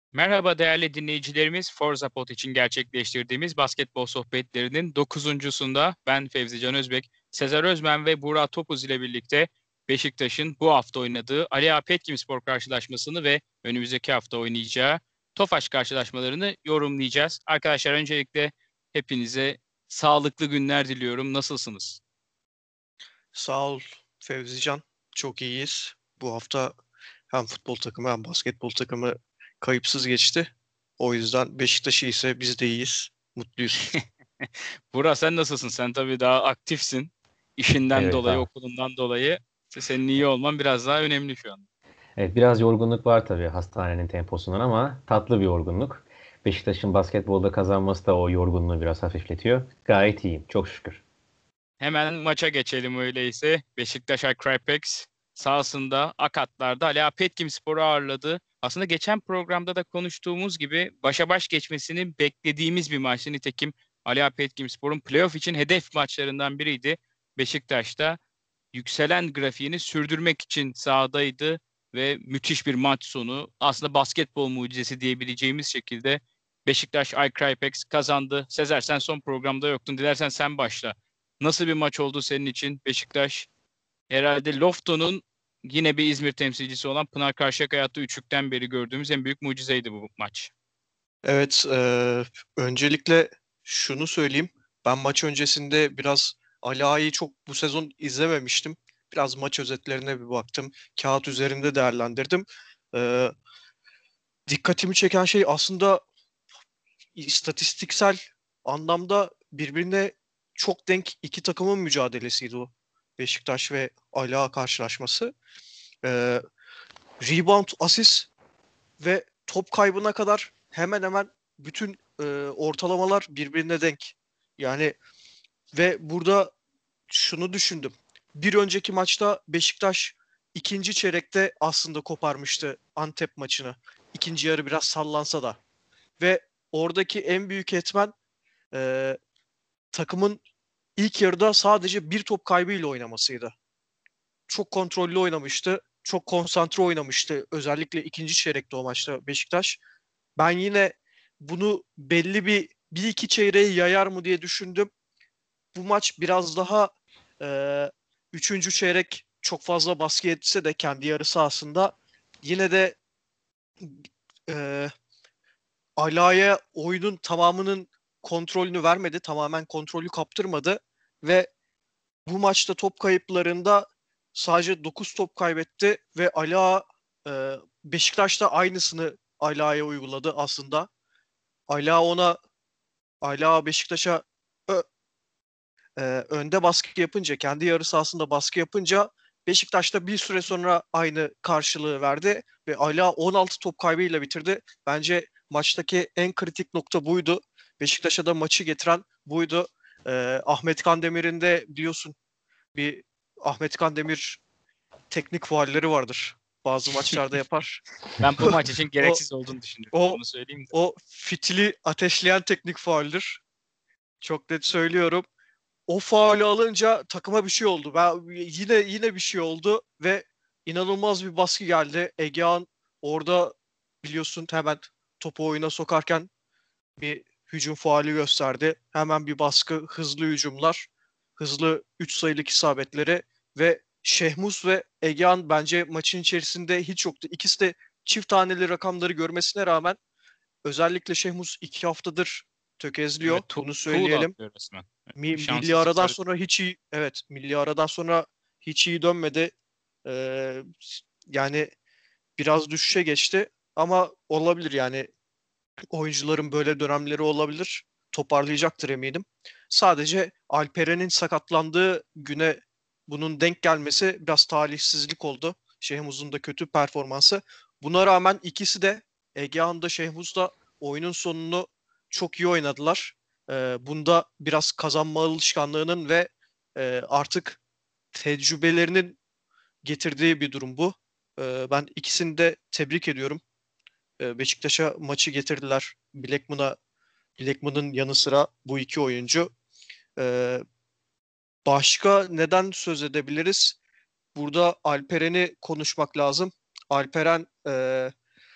Merhaba değerli dinleyicilerimiz. Forza Pod için gerçekleştirdiğimiz basketbol sohbetlerinin dokuzuncusunda ben Fevzi Can Özbek, Sezer Özmen ve Burak Topuz ile birlikte Beşiktaş'ın bu hafta oynadığı Ali Ağa Petkim karşılaşmasını ve önümüzdeki hafta oynayacağı Tofaş karşılaşmalarını yorumlayacağız. Arkadaşlar öncelikle hepinize sağlıklı günler diliyorum. Nasılsınız? Sağ ol Fevzican. Çok iyiyiz. Bu hafta hem futbol takımı hem basketbol takımı kayıpsız geçti. O yüzden Beşiktaş ise biz de iyiyiz. Mutluyuz. Burak sen nasılsın? Sen tabii daha aktifsin. İşinden Evet dolayı, abi. okulundan dolayı senin iyi olman biraz daha önemli şu an. Evet, biraz yorgunluk var tabii hastanenin temposundan ama tatlı bir yorgunluk. Beşiktaş'ın basketbolda kazanması da o yorgunluğu biraz hafifletiyor. Gayet iyiyim çok şükür. Hemen maça geçelim öyleyse. Beşiktaş Crypex sahasında Akatlar'da Ali Ağa Petkim ağırladı. Aslında geçen programda da konuştuğumuz gibi başa baş geçmesini beklediğimiz bir maçtı. Nitekim Ali Ağa Petkim playoff için hedef maçlarından biriydi. Beşiktaş'ta yükselen grafiğini sürdürmek için sahadaydı ve müthiş bir maç sonu. Aslında basketbol mucizesi diyebileceğimiz şekilde Beşiktaş iCrypex kazandı. Sezer sen son programda yoktun. Dilersen sen başla. Nasıl bir maç oldu senin için? Beşiktaş herhalde Lofto'nun yine bir İzmir temsilcisi olan Pınar Karşıyaka'ya attığı üçlükten beri gördüğümüz en büyük mucizeydi bu maç. Evet, öncelikle şunu söyleyeyim. Ben maç öncesinde biraz Ali Ağa'yı çok bu sezon izlememiştim. Biraz maç özetlerine bir baktım. Kağıt üzerinde değerlendirdim. Eee, Dikkatimi çeken şey aslında istatistiksel anlamda birbirine çok denk iki takımın mücadelesiydi o. Beşiktaş ve Ali Ağa karşılaşması. Ee, Rebound, asist ve top kaybına kadar hemen hemen bütün ortalamalar birbirine denk. Yani ve burada şunu düşündüm. Bir önceki maçta Beşiktaş ikinci çeyrekte aslında koparmıştı Antep maçını. İkinci yarı biraz sallansa da. Ve oradaki en büyük etmen e, takımın ilk yarıda sadece bir top kaybıyla oynamasıydı. Çok kontrollü oynamıştı. Çok konsantre oynamıştı. Özellikle ikinci çeyrekte o maçta Beşiktaş. Ben yine bunu belli bir iki çeyreğe yayar mı diye düşündüm. Bu maç biraz daha e, üçüncü çeyrek çok fazla baskı etse de kendi yarı sahasında yine de e, Ala'ya oyunun tamamının kontrolünü vermedi. Tamamen kontrolü kaptırmadı ve bu maçta top kayıplarında sadece 9 top kaybetti ve Ala Beşiktaş da aynısını Ala'ya uyguladı aslında. Ala ona Ala Beşiktaş'a ö- önde baskı yapınca, kendi yarı sahasında baskı yapınca Beşiktaş da bir süre sonra aynı karşılığı verdi ve Ala 16 top kaybıyla bitirdi. Bence maçtaki en kritik nokta buydu. Beşiktaş'a da maçı getiren buydu. Ahmet Kandemir'in de biliyorsun bir Ahmet Kandemir teknik faulleri vardır. Bazı maçlarda yapar. Ben bu maç için O gereksiz olduğunu düşünüyorum. o Onu söyleyeyim de. o fitili ateşleyen teknik fauldür. Çok net söylüyorum. O faulü alınca takıma bir şey oldu. Yine bir şey oldu ve inanılmaz bir baskı geldi. Egehan orada biliyorsun hemen topu oyuna sokarken bir hücum faali gösterdi. Hemen bir baskı, hızlı hücumlar, hızlı 3 sayılık isabetleri ve Şehmus ve Egehan bence maçın içerisinde hiç yoktu. İkisi de çift taneli rakamları görmesine rağmen özellikle Şehmus 2 haftadır tökezliyor. Evet, Bunu tuğla söyleyelim. atıyor resmen. Milli Şanssızlık aradan sarı. sonra hiç iyi, evet, milli aradan sonra hiç iyi dönmedi. Ee, Yani biraz düşüşe geçti ama olabilir yani oyuncuların böyle dönemleri olabilir. Toparlayacaktır eminim. Sadece Alperen'in sakatlandığı güne bunun denk gelmesi biraz talihsizlik oldu. Şehmuz'un da kötü performansı. Buna rağmen ikisi de Egehan da Şehmuz da oyunun sonunu çok iyi oynadılar. Bunda biraz kazanma alışkanlığının ve artık tecrübelerinin getirdiği bir durum bu. Ben ikisini de tebrik ediyorum. Beşiktaş'a maçı getirdiler. Blackman'ın yanı sıra bu iki oyuncu. Ee, Başka neden söz edebiliriz? Burada Alperen'i konuşmak lazım. Alperen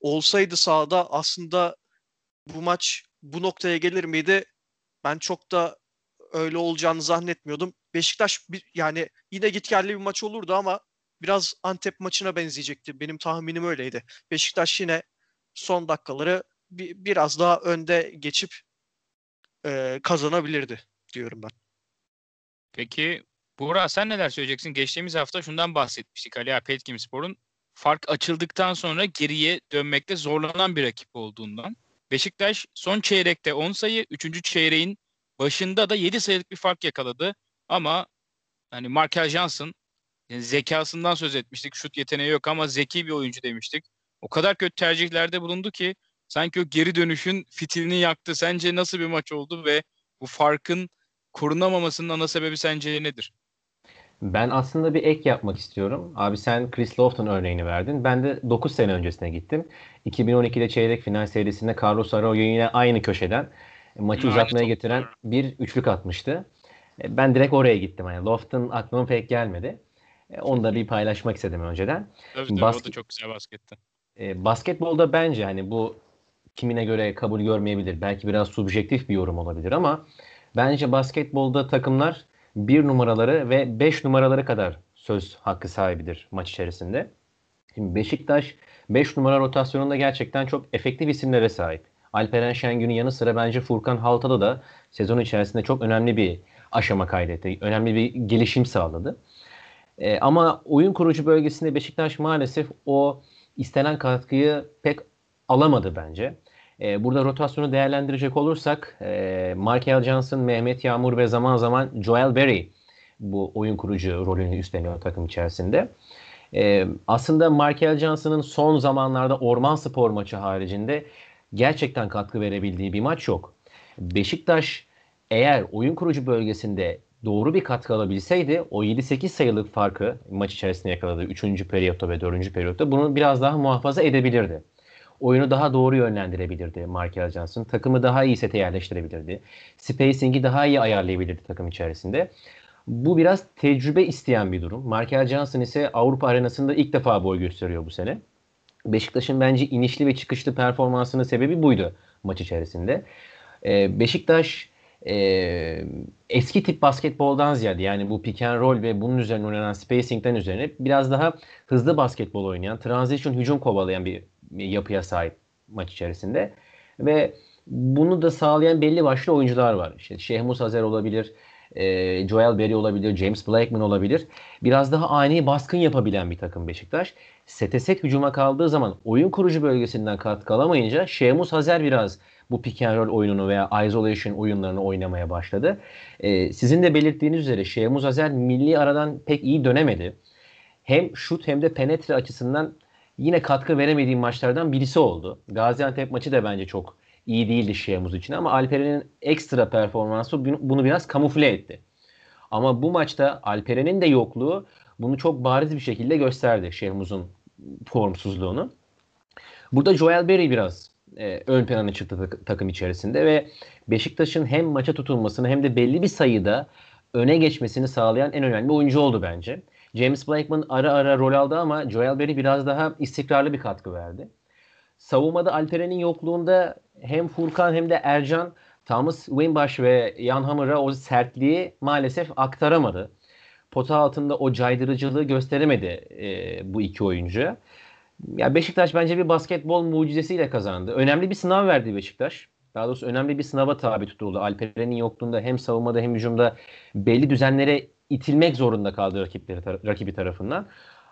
olsaydı sahada aslında bu maç bu noktaya gelir miydi? Ben çok da öyle olacağını zannetmiyordum. Beşiktaş yani yine gitgelli bir maç olurdu ama biraz Antep maçına benzeyecekti. Benim tahminim öyleydi. Beşiktaş yine son dakikaları biraz daha önde geçip kazanabilirdi diyorum ben. Peki Buğra, sen neler söyleyeceksin? Geçtiğimiz hafta şundan bahsetmiştik. Ali Ağa Petkim fark açıldıktan sonra geriye dönmekte zorlanan bir rakip olduğundan. Beşiktaş son çeyrekte 10 sayı, 3. çeyreğin başında da 7 sayılık bir fark yakaladı. Ama hani Markel Jansen, yani zekasından söz etmiştik. Şut yeteneği yok ama zeki bir oyuncu demiştik. O kadar kötü tercihlerde bulundu ki sanki o geri dönüşün fitilini yaktı. Sence nasıl bir maç oldu ve bu farkın korunamamasının ana sebebi sence nedir? Ben aslında bir ek yapmak istiyorum. Abi sen Chris Lofton örneğini verdin. Ben de 9 sene öncesine gittim. 2012'de çeyrek final serisinde Carlos Arroyo yine aynı köşeden maçı Aynı uzatmaya top. getiren bir üçlük atmıştı. Ben direkt oraya gittim. Yani Lofton aklıma pek gelmedi. Onu da bir paylaşmak istedim önceden. Tabii Şimdi tabii, o da çok güzel basketti. basketbolda bence hani bu kimine göre kabul görmeyebilir. Belki biraz subjektif bir yorum olabilir ama bence basketbolda takımlar bir numaraları ve 5 numaraları kadar söz hakkı sahibidir maç içerisinde. Şimdi Beşiktaş 5 numara rotasyonunda gerçekten çok efektif isimlere sahip. Alperen Şengün'ün yanı sıra bence Furkan Haltalı da sezon içerisinde çok önemli bir aşama kaydetti. Önemli bir gelişim sağladı. Ama oyun kurucu bölgesinde Beşiktaş maalesef o istenen katkıyı pek alamadı bence. Burada rotasyonu değerlendirecek olursak Markel Johnson, Mehmet Yağmur ve zaman zaman Joel Berry bu oyun kurucu rolünü üstleniyor takım içerisinde. Aslında Markel Johnson'ın son zamanlarda Ormanspor maçı haricinde gerçekten katkı verebildiği bir maç yok. Beşiktaş eğer oyun kurucu bölgesinde doğru bir katkı alabilseydi o 7-8 sayılık farkı maç içerisinde yakaladığı 3. periyotta ve 4. periyotta bunu biraz daha muhafaza edebilirdi. Oyunu daha doğru yönlendirebilirdi Markel Johnson. Takımı daha iyi sete yerleştirebilirdi. Spacing'i daha iyi ayarlayabilirdi takım içerisinde. Bu biraz tecrübe isteyen bir durum. Markel Johnson ise Avrupa arenasında ilk defa boy gösteriyor bu sene. Beşiktaş'ın bence inişli ve çıkışlı performansının sebebi buydu maç içerisinde. Beşiktaş e, eski tip basketboldan ziyade yani bu pick and roll ve bunun üzerine oynanan spacing'den üzerine biraz daha hızlı basketbol oynayan, transition hücum kovalayan bir yapıya sahip maç içerisinde. Ve bunu da sağlayan belli başlı oyuncular var. İşte Şehmus Azer olabilir, Joel Berry olabilir, James Blackman olabilir. Biraz daha ani baskın yapabilen bir takım Beşiktaş. Sete set hücuma kaldığı zaman oyun kurucu bölgesinden katkı alamayınca Şehmus Azer biraz bu pick and roll oyununu veya isolation oyunlarını oynamaya başladı. Sizin de belirttiğiniz üzere Şehmus Azer milli aradan pek iyi dönemedi. Hem şut hem de penetre açısından yine katkı veremediği maçlardan birisi oldu. Gaziantep maçı da bence çok iyi değildi Şehmus için ama Alperen'in ekstra performansı bunu biraz kamufle etti. Ama bu maçta Alperen'in de yokluğu bunu çok bariz bir şekilde gösterdi Şehmus'un formsuzluğunu. Burada Joel Berry biraz ön plana çıktı takım içerisinde ve Beşiktaş'ın hem maça tutulmasını hem de belli bir sayıda öne geçmesini sağlayan en önemli oyuncu oldu bence. James Blackman ara ara rol aldı ama Joel Berry biraz daha istikrarlı bir katkı verdi. Savunmada Alperen'in yokluğunda hem Furkan hem de Ercan Thomas Wimbaş ve Jan Hammer'a o sertliği maalesef aktaramadı. Pota altında o caydırıcılığı gösteremedi bu iki oyuncu. Ya Beşiktaş bence bir basketbol mucizesiyle kazandı. Önemli bir sınav verdi Beşiktaş. Daha doğrusu önemli bir sınava tabi tutuldu. Alperen'in yokluğunda hem savunmada hem hücumda belli düzenlere itilmek zorunda kaldı rakibi tarafından.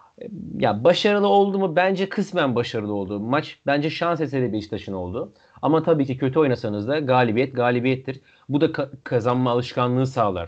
Ya başarılı oldu mu? Bence kısmen başarılı oldu. Maç bence şans eseri Beşiktaş'ın oldu. Ama tabii ki kötü oynasanız da galibiyet galibiyettir. Bu da kazanma alışkanlığı sağlar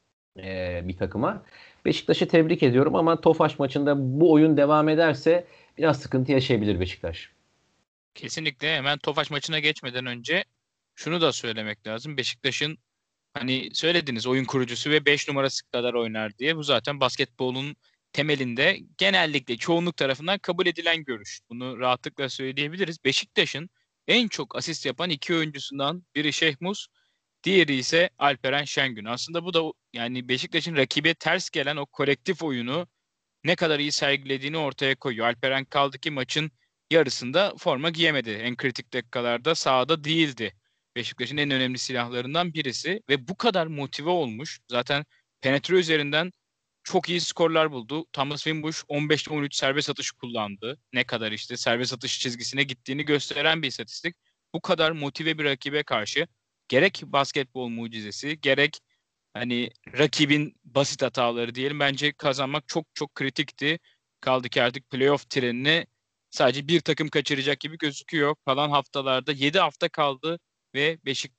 bir takıma. Beşiktaş'ı tebrik ediyorum ama Tofaş maçında bu oyun devam ederse biraz sıkıntı yaşayabilir Beşiktaş. Kesinlikle. Hemen Tofaş maçına geçmeden önce şunu da söylemek lazım. Beşiktaş'ın, hani söylediniz, oyun kurucusu ve 5 numarası kadar oynar diye. Bu zaten basketbolun temelinde genellikle çoğunluk tarafından kabul edilen görüş. Bunu rahatlıkla söyleyebiliriz. Beşiktaş'ın en çok asist yapan iki oyuncusundan biri Şehmus, diğeri ise Alperen Şengün. Aslında bu da yani Beşiktaş'ın rakibe ters gelen o kolektif oyunu ne kadar iyi sergilediğini ortaya koyuyor. Alperen kaldı ki maçın yarısında forma giyemedi. En kritik dakikalarda sahada değildi. Beşiktaş'ın en önemli silahlarından birisi ve bu kadar motive olmuş. Zaten penetre üzerinden çok iyi skorlar buldu. Thomas Wimbush 15'te 13 serbest atış kullandı. Ne kadar işte serbest atış çizgisine gittiğini gösteren bir istatistik. Bu kadar motive bir rakibe karşı gerek basketbol mucizesi, gerek hani rakibin basit hataları diyelim, bence kazanmak çok çok kritikti. Kaldı ki artık playoff trenini sadece bir takım kaçıracak gibi gözüküyor. Kalan haftalarda 7 hafta kaldı ve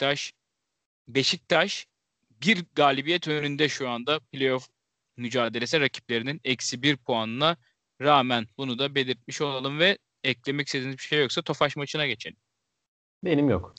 Beşiktaş bir galibiyet önünde şu anda playoff mücadelesi rakiplerinin -1 puanına rağmen, bunu da belirtmiş olalım ve eklemek istediğiniz bir şey yoksa Tofaş maçına geçelim. Benim yok.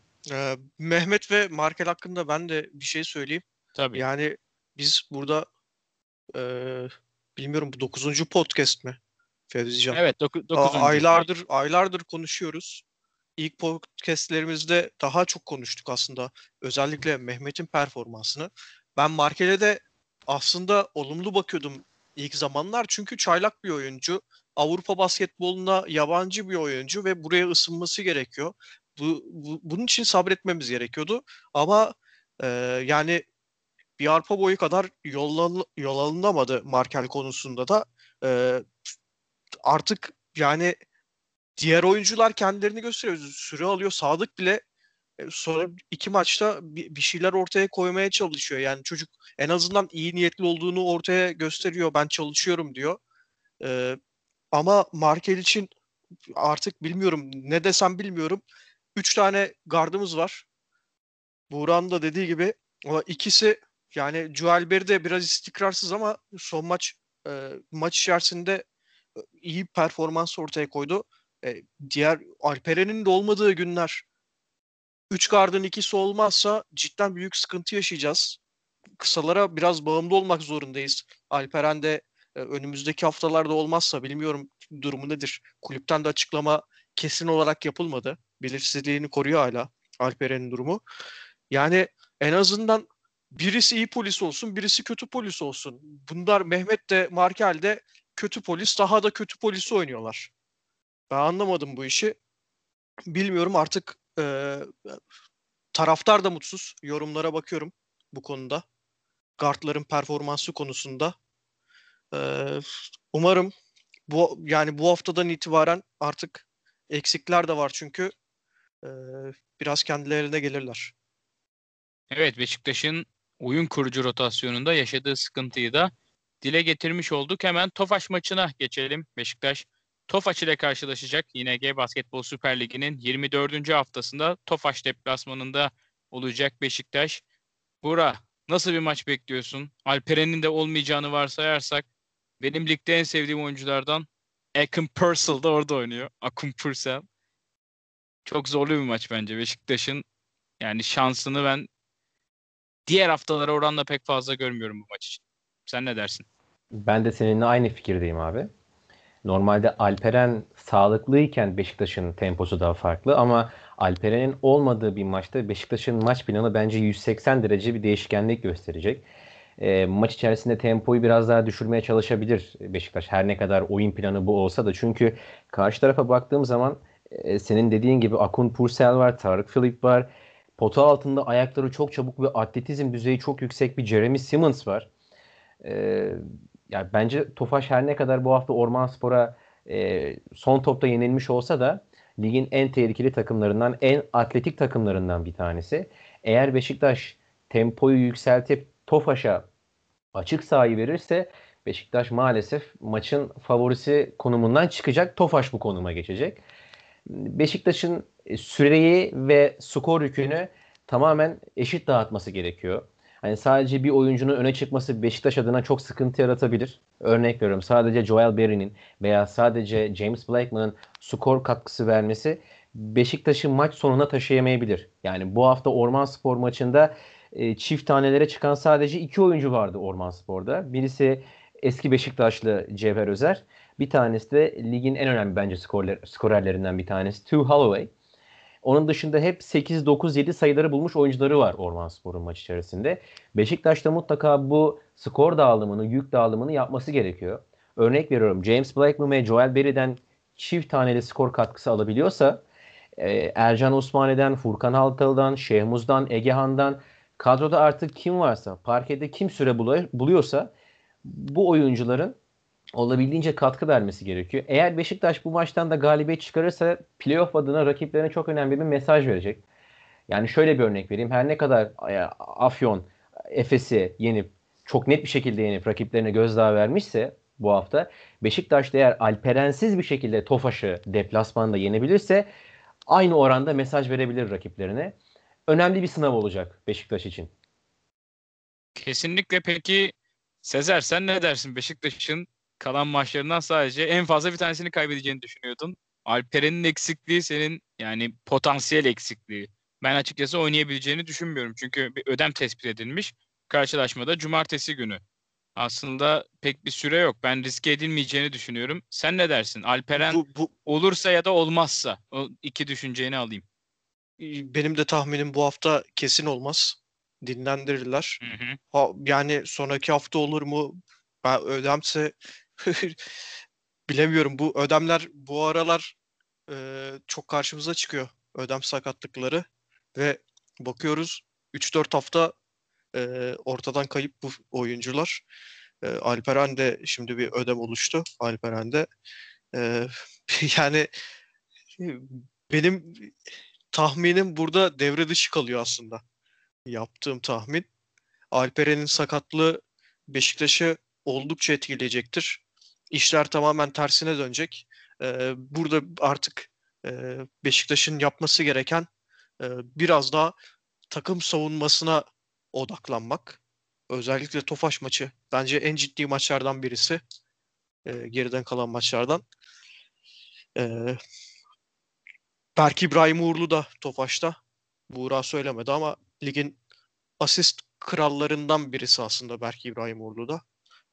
Mehmet ve Markel hakkında ben de bir şey söyleyeyim. Tabii. Yani biz burada e, bilmiyorum, bu 9. podcast mi Fevzican? Evet, 9. Aylardır konuşuyoruz. İlk podcastlerimizde daha çok konuştuk aslında. Özellikle Mehmet'in performansını. Ben Markel'e de aslında olumlu bakıyordum ilk zamanlar. Çünkü çaylak bir oyuncu. Avrupa basketboluna yabancı bir oyuncu ve buraya ısınması gerekiyor. Bunun için sabretmemiz gerekiyordu. Ama e, yani bir arpa boyu kadar yol alınamadı Markel konusunda da. E, Artık yani diğer oyuncular kendilerini gösteriyor. Süre alıyor. Sadık bile sonra 2 maçta bir şeyler ortaya koymaya çalışıyor. Yani çocuk en azından iyi niyetli olduğunu ortaya gösteriyor. Ben çalışıyorum diyor. E, Ama Markel için artık bilmiyorum, ne desem bilmiyorum. 3 tane gardımız var. Buğra'nın da dediği gibi, ama ikisi, yani Joel Berry de biraz istikrarsız ama son maç içerisinde iyi performans ortaya koydu. Diğer Alperen'in de olmadığı günler 3 gardın ikisi olmazsa cidden büyük sıkıntı yaşayacağız. Kısalara biraz bağımlı olmak zorundayız. Alperen de önümüzdeki haftalarda olmazsa, bilmiyorum durumu nedir. Kulüpten de açıklama kesin olarak yapılmadı. Belirsizliğini koruyor hala Alperen'in durumu. Yani en azından birisi iyi polis olsun, birisi kötü polis olsun. Bunlar, Mehmet de Markel de kötü polis, daha da kötü polisi oynuyorlar. Ben anlamadım bu işi. Bilmiyorum artık, taraftar da mutsuz. Yorumlara bakıyorum bu konuda. Guardların performansı konusunda. Ee, Umarım bu haftadan itibaren artık, eksikler de var çünkü, e, biraz kendilerine gelirler. Evet, Beşiktaş'ın oyun kurucu rotasyonunda yaşadığı sıkıntıyı da dile getirmiş olduk. Hemen Tofaş maçına geçelim. Beşiktaş Tofaş ile karşılaşacak. YNG Basketbol Süper Ligi'nin 24. haftasında Tofaş deplasmanında olacak Beşiktaş. Bura, nasıl bir maç bekliyorsun? Alperen'in de olmayacağını varsayarsak, benim ligde en sevdiğim oyunculardan Akın Purcell da orada oynuyor. Akın Purcell. Çok zorlu bir maç bence. Beşiktaş'ın yani şansını ben diğer haftalara oranla pek fazla görmüyorum bu maç için. Sen ne dersin? Ben de seninle aynı fikirdeyim abi. Normalde Alperen sağlıklıyken Beşiktaş'ın temposu daha farklı ama Alperen'in olmadığı bir maçta Beşiktaş'ın maç planı bence 180 derece bir değişkenlik gösterecek. Maç içerisinde tempoyu biraz daha düşürmeye çalışabilir Beşiktaş. Her ne kadar oyun planı bu olsa da. Çünkü karşı tarafa baktığım zaman senin dediğin gibi Akun Pursel var, Tarık Philip var. Pota altında ayakları çok çabuk ve atletizm düzeyi çok yüksek bir Jeremy Simmons var. Ee, Yani bence Tofaş her ne kadar bu hafta Ormanspor'a son topta yenilmiş olsa da ligin en tehlikeli takımlarından, en atletik takımlarından bir tanesi. Eğer Beşiktaş tempoyu yükseltip Tofaş'a açık sahayı verirse Beşiktaş maalesef maçın favorisi konumundan çıkacak. Tofaş bu konuma geçecek. Beşiktaş'ın süreyi ve skor yükünü tamamen eşit dağıtması gerekiyor. Hani sadece bir oyuncunun öne çıkması Beşiktaş adına çok sıkıntı yaratabilir. Örnek veriyorum, sadece Joel Berry'nin veya sadece James Blakeman'ın skor katkısı vermesi Beşiktaş'ı maç sonuna taşıyamayabilir. Yani bu hafta Ormanspor maçında çift tanelere çıkan sadece 2 oyuncu vardı Ormanspor'da. Birisi eski Beşiktaşlı Cevher Özer. Bir tanesi de ligin en önemli bence skorerlerinden bir tanesi Stu Holloway. Onun dışında hep 8, 9, 7 sayıları bulmuş oyuncuları var Ormanspor'un maç içerisinde. Beşiktaş'ta mutlaka bu skor dağılımını, yük dağılımını yapması gerekiyor. Örnek veriyorum, James Blackman ve Joel Berry'den çift taneli skor katkısı alabiliyorsa Ercan Osmani'den, Furkan Halkalı'dan, Şehmuz'dan, Egehan'dan kadroda artık kim varsa, parkede kim süre buluyorsa bu oyuncuların olabildiğince katkı vermesi gerekiyor. Eğer Beşiktaş bu maçtan da galibiyet çıkarırsa playoff adına rakiplerine çok önemli bir mesaj verecek. Yani şöyle bir örnek vereyim. Her ne kadar Afyon, Efes'i yenip çok net bir şekilde yenip rakiplerine gözdağı vermişse bu hafta Beşiktaş eğer Alperensiz bir şekilde Tofaş'ı deplasmanda yenebilirse aynı oranda mesaj verebilir rakiplerine. Önemli bir sınav olacak Beşiktaş için. Kesinlikle. Peki Sezer, sen ne dersin? Beşiktaş'ın kalan maçlarından sadece en fazla bir tanesini kaybedeceğini düşünüyordun. Alperen'in eksikliği senin, yani potansiyel eksikliği. Ben açıkçası oynayabileceğini düşünmüyorum. Çünkü bir ödem tespit edilmiş. Karşılaşmada cumartesi günü. Aslında pek bir süre yok. Ben riske edilmeyeceğini düşünüyorum. Sen ne dersin? Alperen Bu olursa ya da olmazsa, o iki düşünceni alayım. benim de tahminim bu hafta kesin olmaz. Dinlendirirler. Hı hı. Yani sonraki hafta olur mu? Ben ödemse bilemiyorum. Bu ödemler bu aralar çok karşımıza çıkıyor. Ödem sakatlıkları ve bakıyoruz 3-4 hafta ortadan kayıp bu oyuncular. Alperen de şimdi bir ödem oluştu. Alperen de. E, yani benim tahminim burada devre dışı kalıyor aslında. Yaptığım tahmin. Alperen'in sakatlığı Beşiktaş'ı oldukça etkileyecektir. İşler tamamen tersine dönecek. Burada artık Beşiktaş'ın yapması gereken biraz daha takım savunmasına odaklanmak. Özellikle Tofaş maçı bence en ciddi maçlardan birisi. Geriden kalan maçlardan. E, Berk İbrahim Uğurlu da Tofaş'ta. Buğra söylemedi ama ligin asist krallarından birisi aslında Berk İbrahim Uğurlu da.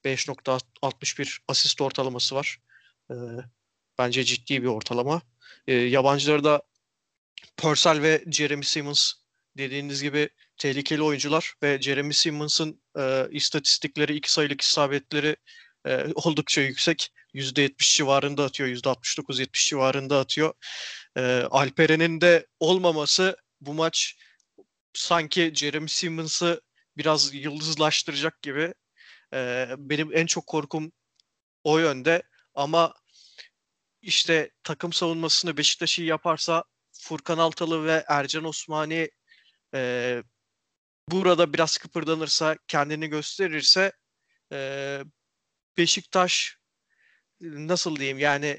5.61 asist ortalaması var. Ee, Bence ciddi bir ortalama. Yabancıları da Purcell ve Jeremy Simmons dediğiniz gibi tehlikeli oyuncular ve Jeremy Simmons'ın istatistikleri, iki sayılık isabetleri oldukça yüksek. %70 civarında atıyor, %69-70 civarında atıyor. Alperen'in de olmaması bu maç sanki Jeremy Simmons'ı biraz yıldızlaştıracak gibi. Benim en çok korkum o yönde. Ama işte takım savunmasını Beşiktaş iyi yaparsa Furkan Altalı ve Ercan Osmani e, burada biraz kıpırdanırsa, kendini gösterirse e, Beşiktaş nasıl diyeyim yani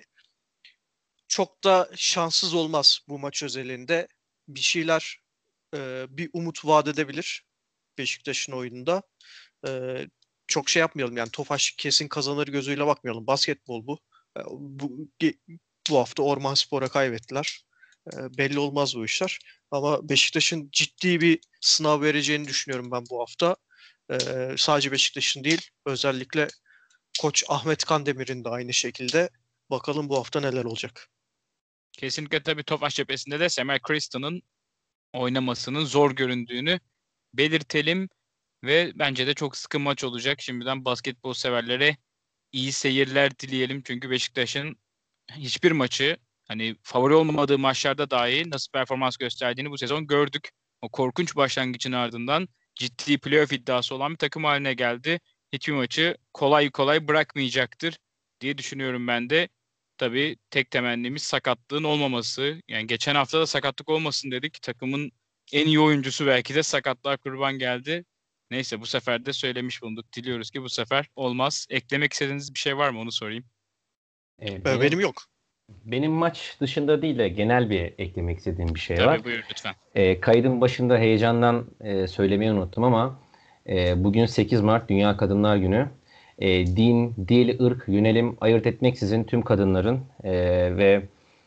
çok da şanssız olmaz bu maç özelinde. Bir şeyler bir umut vaat edebilir Beşiktaş'ın oyununda. Ee, Çok şey yapmayalım yani Tofaş kesin kazanır gözüyle bakmayalım. Basketbol bu. Bu, bu hafta Ormanspor'a kaybettiler. Belli olmaz bu işler. Ama Beşiktaş'ın ciddi bir sınav vereceğini düşünüyorum ben bu hafta. Sadece Beşiktaş'ın değil, özellikle Koç Ahmet Kandemir'in de aynı şekilde. Bakalım bu hafta neler olacak. Kesinlikle. Tabii Tofaş cephesinde de Semer Kristan'ın oynamasının zor göründüğünü belirtelim ve bence de çok sıkı maç olacak. Şimdiden basketbol severlere iyi seyirler dileyelim. Çünkü Beşiktaş'ın hiçbir maçı, hani favori olmadığı maçlarda dahi nasıl performans gösterdiğini bu sezon gördük. O korkunç başlangıcın ardından ciddi playoff iddiası olan bir takım haline geldi. Hiçbir maçı kolay kolay bırakmayacaktır diye düşünüyorum ben de. Tabii tek temennimiz sakatlığın olmaması. Yani geçen hafta da sakatlık olmasın dedik. Takımın en iyi oyuncusu belki de sakatlığa kurban geldi. Neyse, bu sefer de söylemiş bulunduk. Diliyoruz ki bu sefer olmaz. Eklemek istediğiniz bir şey var mı, onu sorayım. Benim Benim yok. benim maç dışında değil de genel bir eklemek istediğim bir şey var. Tabii, buyur lütfen. Kaydın başında heyecandan söylemeyi unuttum ama bugün 8 Mart Dünya Kadınlar Günü. Din, dil, ırk, yönelim ayırt etmeksizin tüm kadınların ve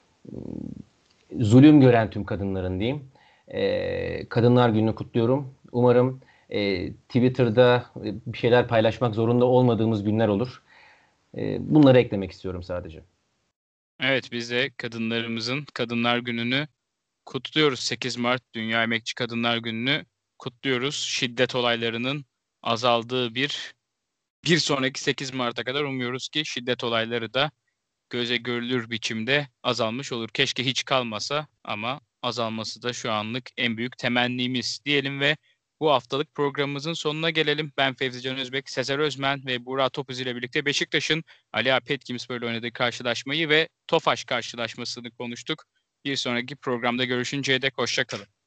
zulüm gören tüm kadınların diyeyim. Kadınlar Günü'nü kutluyorum. Umarım Twitter'da bir şeyler paylaşmak zorunda olmadığımız günler olur. Bunları eklemek istiyorum sadece. Evet, biz de kadınlarımızın Kadınlar Günü'nü kutluyoruz. 8 Mart Dünya Emekçi Kadınlar Günü'nü kutluyoruz. Şiddet olaylarının azaldığı bir sonraki 8 Mart'a kadar umuyoruz ki şiddet olayları da göze görülür biçimde azalmış olur. Keşke hiç kalmasa ama azalması da şu anlık en büyük temennimiz diyelim ve bu haftalık programımızın sonuna gelelim. Ben Fevzi Can Özbek, Sezer Özmen ve Burak Topuz ile birlikte Beşiktaş'ın Ali Ağa Petkimspor'la oynadığı karşılaşmayı ve Tofaş karşılaşmasını konuştuk. Bir sonraki programda görüşünceye dek hoşça kalın.